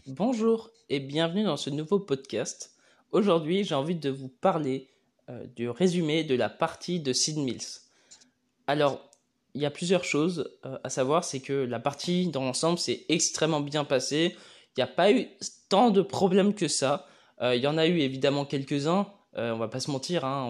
Bonjour et bienvenue dans ce nouveau podcast. Aujourd'hui, j'ai envie de vous parler du résumé de la partie de Sid Mills. Alors, il y a plusieurs choses à savoir, c'est que la partie dans l'ensemble s'est extrêmement bien passée. Il n'y a pas eu tant de problèmes que ça. Il y en a eu évidemment quelques-uns, on va pas se mentir, hein,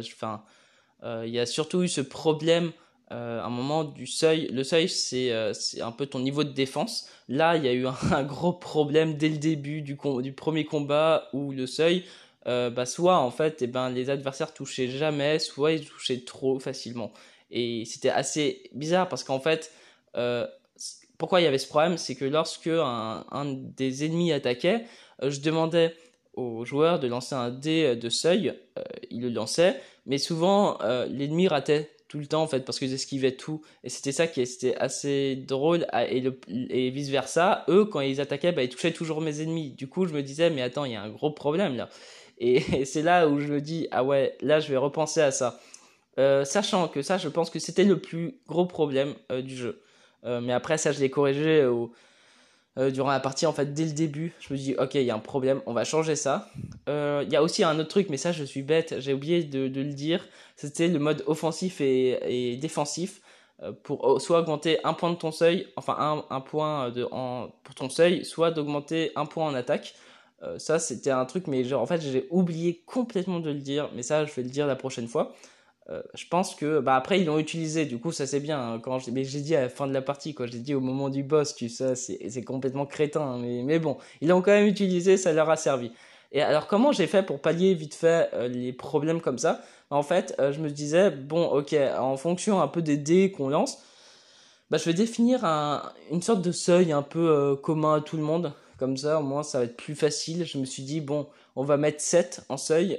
il y a surtout eu ce problème à un moment du seuil. Le seuil, c'est un peu ton niveau de défense. Là, il y a eu un gros problème dès le début du premier combat où le seuil, soit en fait, les adversaires touchaient jamais, soit ils touchaient trop facilement. Et c'était assez bizarre parce qu'en fait, euh, pourquoi il y avait ce problème, c'est que lorsque un des ennemis attaquait, je demandais aux joueurs de lancer un dé de seuil, ils le lançaient, mais souvent l'ennemi ratait tout le temps en fait parce qu'ils esquivaient tout, et c'était ça qui était assez drôle. Et vice versa, eux quand ils attaquaient, ils touchaient toujours mes ennemis. Du coup je me disais mais attends, il y a un gros problème là. Et c'est là où je me dis ah ouais, là je vais repenser à ça. Sachant que ça, je pense que c'était le plus gros problème du jeu. Mais après, ça, je l'ai corrigé durant la partie. En fait, dès le début, je me dis, ok, il y a un problème, on va changer ça. Il y a aussi un autre truc, mais ça, je suis bête, j'ai oublié de le dire. C'était le mode offensif et défensif. Pour soit augmenter un point de ton seuil, enfin un point pour ton seuil, soit d'augmenter un point en attaque. Ça, c'était un truc, mais genre, en fait, j'ai oublié complètement de le dire, mais ça, je vais le dire la prochaine fois. Je pense que après ils l'ont utilisé, du coup ça c'est bien, hein. Mais j'ai dit à la fin de la partie, quoi, j'ai dit au moment du boss, tu sais, c'est complètement crétin, hein. Mais bon, ils l'ont quand même utilisé, ça leur a servi. Et alors comment j'ai fait pour pallier vite fait les problèmes comme ça? En fait, je me disais bon, ok, en fonction un peu des dés qu'on lance, je vais définir une sorte de seuil un peu commun à tout le monde. Comme ça, au moins, ça va être plus facile. Je me suis dit, bon, on va mettre 7 en seuil.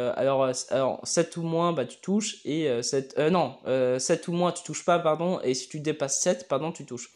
Alors 7 ou moins, tu touches. Et 7 ou moins, tu touches pas, pardon. Et si tu dépasses 7, pardon, tu touches.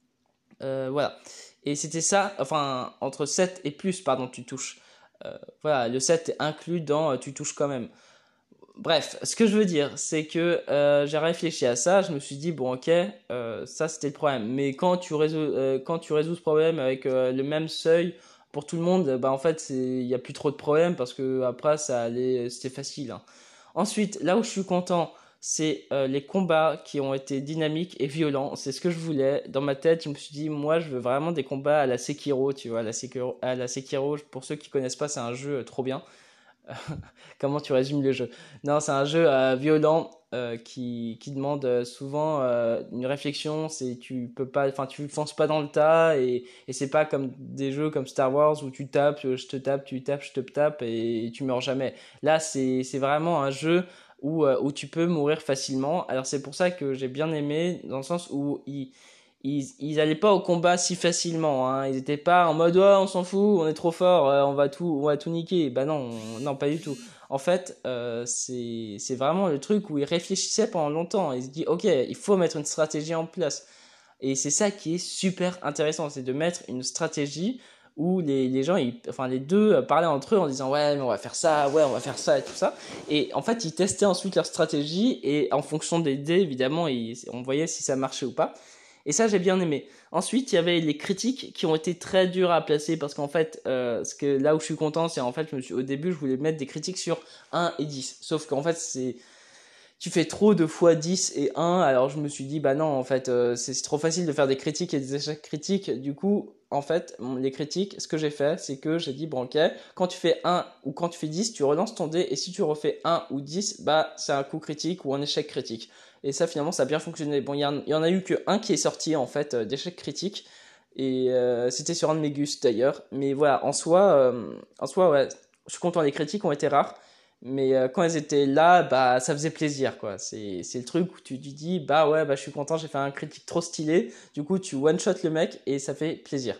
Voilà. Et c'était ça, enfin, entre 7 et plus, pardon, tu touches. Voilà, le 7 est inclus dans tu touches quand même. Bref, ce que je veux dire, c'est que j'ai réfléchi à ça, je me suis dit, bon ok, ça c'était le problème. Mais quand tu résous ce problème avec le même seuil pour tout le monde, en fait, il n'y a plus trop de problème parce que après, c'était facile, hein. Ensuite, là où je suis content, c'est les combats qui ont été dynamiques et violents. C'est ce que je voulais. Dans ma tête, je me suis dit, moi, je veux vraiment des combats à la Sekiro, tu vois, à la Sekiro, pour ceux qui connaissent pas, c'est un jeu trop bien. Comment tu résumes le jeu? Non, c'est un jeu violent qui demande souvent une réflexion. C'est tu peux pas, enfin tu fonces pas dans le tas, et c'est pas comme des jeux comme Star Wars où tu tapes, je te tape, tu tapes, je te tape et tu meurs jamais. Là, c'est vraiment un jeu où tu peux mourir facilement. Alors c'est pour ça que j'ai bien aimé dans le sens où ils allaient pas au combat si facilement, hein. Ils étaient pas en mode ouais, on s'en fout, on est trop fort, on va tout niquer. Bah non, non pas du tout. En fait, c'est vraiment le truc où ils réfléchissaient pendant longtemps. Ils se disent ok, il faut mettre une stratégie en place. Et c'est ça qui est super intéressant, c'est de mettre une stratégie où les gens, enfin les deux parlaient entre eux en disant ouais mais on va faire ça, ouais on va faire ça et tout ça. Et en fait ils testaient ensuite leur stratégie et en fonction des dés évidemment on voyait si ça marchait ou pas. Et ça, j'ai bien aimé. Ensuite, il y avait les critiques qui ont été très dures à placer parce qu'en fait, là où je suis content, c'est en fait, au début, je voulais mettre des critiques sur 1 et 10. Sauf qu'en fait, tu fais trop de fois 10 et 1, alors je me suis dit, bah non, en fait, c'est trop facile de faire des critiques et des échecs critiques. Du coup, en fait, les critiques, ce que j'ai fait, c'est que j'ai dit, bon, ok, quand tu fais 1 ou quand tu fais 10, tu relances ton dé, et si tu refais 1 ou 10, c'est un coup critique ou un échec critique. Et ça, finalement, ça a bien fonctionné. Bon, il y en a eu que un qui est sorti, en fait, d'échec critique, et c'était sur un de mes gus, d'ailleurs. Mais voilà, en soi, ouais, je suis content, les critiques ont été rares. Mais quand elles étaient là, ça faisait plaisir, quoi. C'est le truc où tu te dis, je suis content, j'ai fait un critique trop stylé. Du coup, tu one-shot le mec et ça fait plaisir.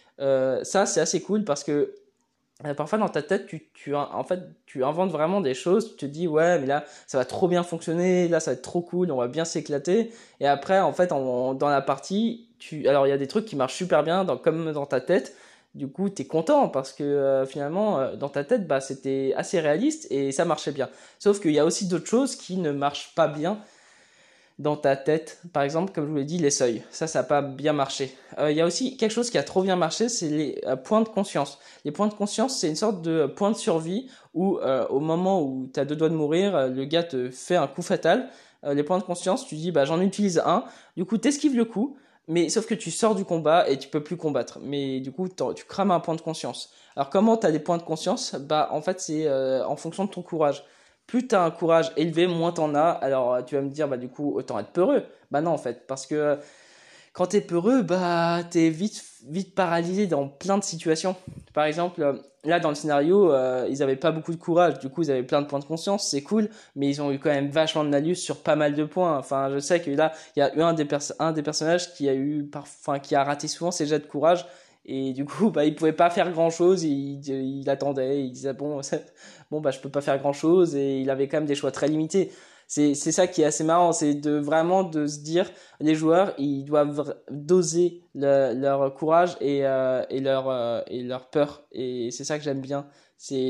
Ça, c'est assez cool parce que parfois dans ta tête, en fait, tu inventes vraiment des choses. Tu te dis, ouais, mais là, ça va trop bien fonctionner. Là, ça va être trop cool. On va bien s'éclater. Et après, en fait, dans la partie, alors il y a des trucs qui marchent super bien, comme dans ta tête. Du coup, t'es content parce que finalement, dans ta tête, c'était assez réaliste et ça marchait bien. Sauf qu'il y a aussi d'autres choses qui ne marchent pas bien. dans ta tête. Par exemple, comme je vous l'ai dit, les seuils. Ça n'a pas bien marché. Il y a aussi quelque chose qui a trop bien marché, c'est les points de conscience. Les points de conscience, c'est une sorte de point de survie où au moment où tu as 2 doigts de mourir, le gars te fait un coup fatal. Les points de conscience, tu dis, bah j'en utilise un. Du coup, t'esquives le coup. Mais sauf que tu sors du combat et tu peux plus combattre. Mais du coup, tu crames un point de conscience. Alors comment tu as des points de conscience? Bah en fait, c'est en fonction de ton courage. Plus tu as un courage élevé, moins t'en as. Alors tu vas me dire, bah du coup, autant être peureux. Bah non, en fait, parce que quand t'es peureux, bah t'es vite paralysé dans plein de situations. Par exemple, là dans le scénario, ils avaient pas beaucoup de courage, du coup ils avaient plein de points de conscience, c'est cool, mais ils ont eu quand même vachement de malus sur pas mal de points. Enfin, je sais que là, il y a eu un des personnages qui a enfin qui a raté souvent ses jets de courage. Et du coup, bah, il pouvait pas faire grand chose, il attendait, il disait bon, bon, bah, je peux pas faire grand chose, et il avait quand même des choix très limités. C'est ça qui est assez marrant, c'est vraiment de se dire, les joueurs, ils doivent doser leur courage et leur peur. Et c'est ça que j'aime bien. C'est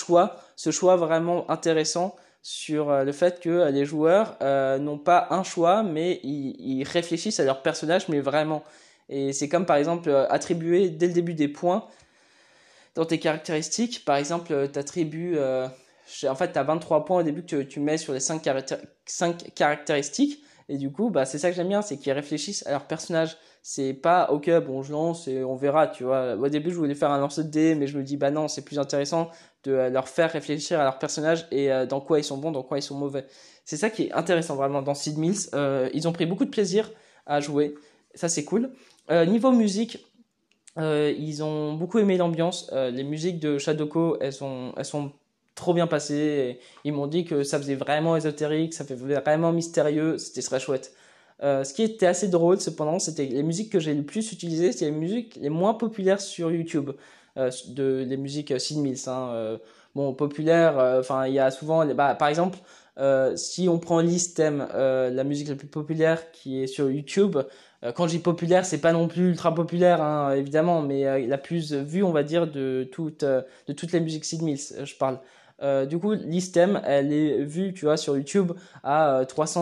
ce choix vraiment intéressant sur le fait que les joueurs n'ont pas un choix, mais ils réfléchissent à leur personnage, mais vraiment. Et c'est comme par exemple attribuer dès le début des points dans tes caractéristiques. Par exemple, tu attribues en fait, tu as 23 points au début que tu mets sur les 5 caractéristiques. Et du coup, bah, c'est ça que j'aime bien, c'est qu'ils réfléchissent à leur personnage. C'est pas, ok, bon, je lance et on verra, tu vois. Au début, je voulais faire un lancer de dés, mais je me dis, bah non, c'est plus intéressant de leur faire réfléchir à leur personnage et dans quoi ils sont bons, dans quoi ils sont mauvais. C'est ça qui est intéressant vraiment dans Sid Meier's. Ils ont pris beaucoup de plaisir à jouer. Ça, c'est cool. Niveau musique, ils ont beaucoup aimé l'ambiance. Les musiques de Shadoko, elles sont trop bien passées. Et ils m'ont dit que ça faisait vraiment ésotérique, ça fait vraiment mystérieux. C'était très chouette. Ce qui était assez drôle, cependant, c'était les musiques que j'ai le plus utilisées, c'était les musiques les moins populaires sur YouTube, les musiques Sid Meier's. Hein, bon, populaires, enfin, il y a souvent, bah, par exemple, si on prend l'Istem, la musique la plus populaire qui est sur YouTube, quand je dis populaire, c'est pas non plus ultra populaire, hein, évidemment, mais la plus vue, on va dire, de toutes les musiques Sid Meier's, je parle. Du coup, l'Istem, elle est vue, tu vois, sur YouTube à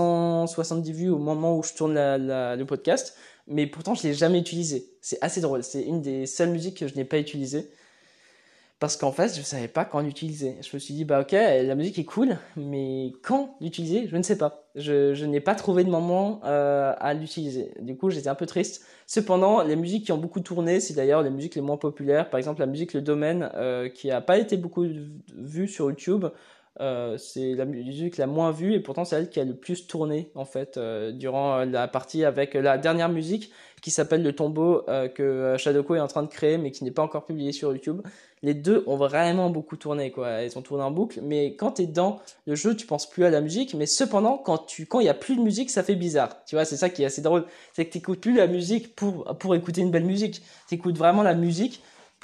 370 vues au moment où je tourne le podcast, mais pourtant, je l'ai jamais utilisée. C'est assez drôle. C'est une des seules musiques que je n'ai pas utilisée. Parce qu'en fait, je savais pas quand l'utiliser. Je me suis dit, bah ok, la musique est cool, mais quand l'utiliser, je ne sais pas. Je n'ai pas trouvé de moment à l'utiliser. Du coup, j'étais un peu triste. Cependant, les musiques qui ont beaucoup tourné, c'est d'ailleurs les musiques les moins populaires. Par exemple, la musique Le Domaine, qui n'a pas été beaucoup vue sur YouTube. C'est la musique la moins vue et pourtant c'est elle qui a le plus tourné en fait durant la partie avec la dernière musique qui s'appelle Le Tombeau que Shadoko est en train de créer mais qui n'est pas encore publié sur YouTube. Les deux ont vraiment beaucoup tourné quoi, ils ont tourné en boucle, mais quand tu es dans le jeu, tu penses plus à la musique, mais cependant quand il y a plus de musique, ça fait bizarre. Tu vois, c'est ça qui est assez drôle, c'est que tu n'écoutes plus la musique pour écouter une belle musique. Tu écoutes vraiment la musique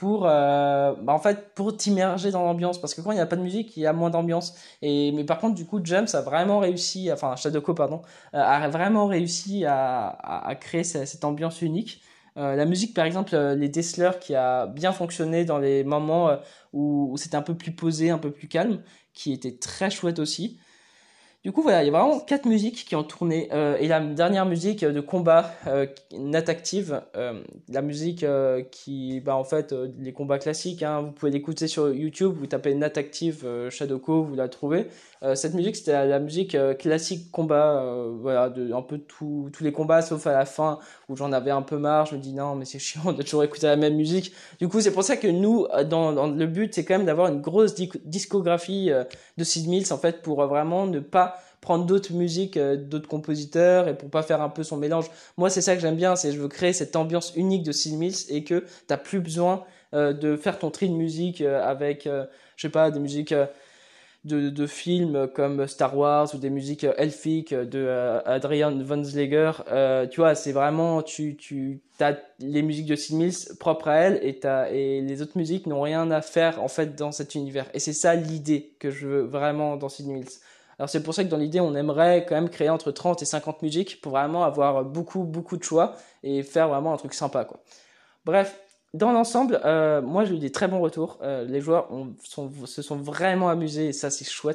en fait pour t'immerger dans l'ambiance parce que quand il n'y a pas de musique il y a moins d'ambiance mais par contre du coup James a vraiment réussi enfin Shadoko pardon a vraiment réussi à créer cette ambiance unique. La musique par exemple les Dessler qui a bien fonctionné dans les moments où c'était un peu plus posé un peu plus calme qui était très chouette aussi. Du coup, voilà, il y a vraiment 4 musiques qui ont tourné. Et la dernière musique de combat, Nat Active, la musique en fait, les combats classiques, hein, vous pouvez l'écouter sur YouTube, vous tapez Nat Active Shadoko, vous la trouvez. Cette musique, c'était la musique classique combat, voilà, un peu tous les combats, sauf à la fin, où j'en avais un peu marre, je me dis non, mais c'est chiant de toujours écouter la même musique. Du coup, c'est pour ça que nous, dans le but, c'est quand même d'avoir une grosse discographie de Sid Meier's, en fait, pour vraiment ne pas prendre d'autres musiques, d'autres compositeurs et pour pas faire un peu son mélange. Moi, c'est ça que j'aime bien, c'est je veux créer cette ambiance unique de Sid Meier's et que t'as plus besoin de faire ton tri de musique avec, je sais pas, des musiques de films comme Star Wars ou des musiques elfiques de Adrian Van Zleger. Tu vois, c'est vraiment, tu as les musiques de Sid Meier's propres à elle et les autres musiques n'ont rien à faire en fait dans cet univers. Et c'est ça l'idée que je veux vraiment dans Sid Meier's. Alors c'est pour ça que dans l'idée, on aimerait quand même créer entre 30 et 50 musiques pour vraiment avoir beaucoup de choix et faire vraiment un truc sympa, quoi. Bref, dans l'ensemble, moi j'ai eu des très bons retours. Les joueurs se sont vraiment amusés et ça c'est chouette.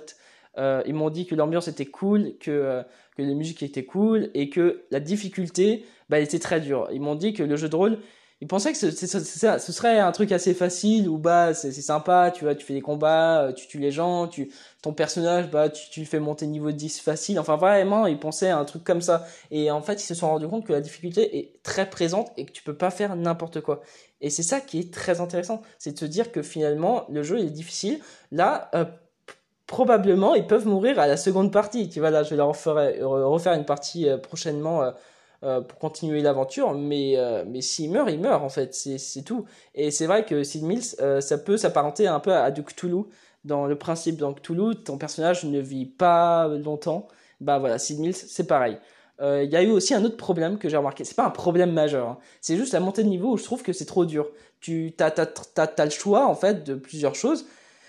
Ils m'ont dit que l'ambiance était cool, que les musiques étaient cool et que la difficulté, bah, elle était très dure. Ils m'ont dit que le jeu de rôle, ils pensaient que ce serait un truc assez facile où bah c'est sympa, tu vois, tu fais des combats, tu tues les gens, ton personnage, bah tu le fais monter niveau 10 facile. Enfin vraiment, ils pensaient à un truc comme ça. Et en fait, ils se sont rendus compte que la difficulté est très présente et que tu peux pas faire n'importe quoi. Et c'est ça qui est très intéressant, c'est de se dire que finalement le jeu est difficile. Là, probablement ils peuvent mourir à la seconde partie. Tu vois, là je vais leur refaire une partie prochainement pour continuer l'aventure, mais s'ils meurent, ils meurent en fait, c'est tout. Et c'est vrai que Sid Meier's, ça peut s'apparenter un peu à du Cthulhu, dans le principe. Dans Cthulhu, ton personnage ne vit pas longtemps. Bah voilà, Sid Meier's, c'est pareil. Il y a eu aussi un autre problème que j'ai remarqué. C'est pas un problème majeur, hein. C'est juste la montée de niveau où je trouve que c'est trop dur. T'as le choix en fait de plusieurs choses.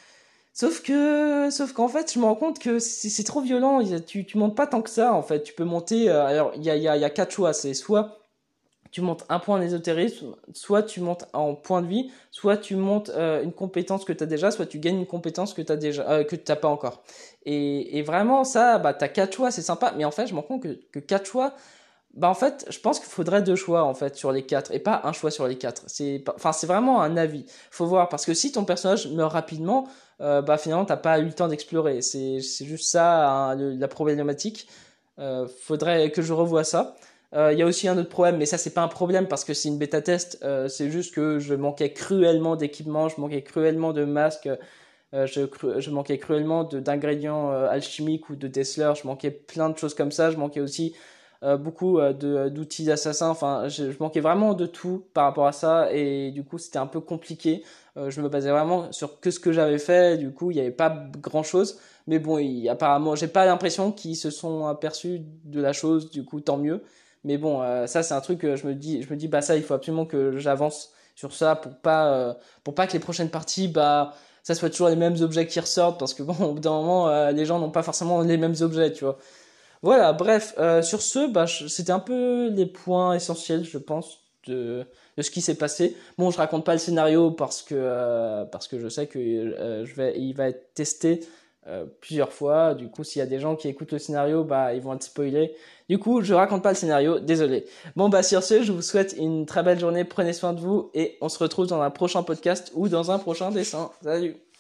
Sauf qu'en fait, je me rends compte que c'est trop violent. Tu montes pas tant que ça, en fait. Tu peux monter. Alors, il y a quatre choix. C'est soit tu montes un point en ésotérisme, soit tu montes en point de vie, soit tu montes une compétence que tu as déjà, soit tu gagnes une compétence que tu as déjà, que tu n'as pas encore. Et vraiment, ça, bah, tu as quatre choix, c'est sympa. Mais en fait, je me rends compte que quatre choix, bah en fait, je pense qu'il faudrait deux choix en fait sur les quatre et pas un choix sur les quatre. Enfin, c'est vraiment un avis. Faut voir parce que si ton personnage meurt rapidement, bah finalement t'as pas eu le temps d'explorer. C'est juste ça hein, la problématique. Faudrait que je revoie ça. Il y a aussi un autre problème, mais ça c'est pas un problème parce que c'est une bêta test. C'est juste que je manquais cruellement d'équipement, je manquais cruellement de masques, je manquais cruellement d'ingrédients alchimiques ou de Dessler. Je manquais plein de choses comme ça. Je manquais aussi beaucoup d'outils d'assassins. Enfin, je manquais vraiment de tout par rapport à ça et du coup, c'était un peu compliqué. Je me basais vraiment sur que ce que j'avais fait. Du coup, il n'y avait pas grand-chose. Mais bon, apparemment, j'ai pas l'impression qu'ils se sont aperçus de la chose. Du coup, tant mieux. Mais bon, ça, c'est un truc que je me dis, bah ça, il faut absolument que j'avance sur ça pour pas que les prochaines parties, bah ça soit toujours les mêmes objets qui ressortent parce que bon, au bout d'un moment, les gens n'ont pas forcément les mêmes objets, tu vois. Voilà, bref, sur ce, bah, c'était un peu les points essentiels, je pense, de ce qui s'est passé. Bon, je raconte pas le scénario parce que je sais que il va être testé plusieurs fois. Du coup, s'il y a des gens qui écoutent le scénario, bah, ils vont être spoilés. Du coup, je raconte pas le scénario, désolé. Bon, bah, sur ce, je vous souhaite une très belle journée, prenez soin de vous et on se retrouve dans un prochain podcast ou dans un prochain dessin. Salut!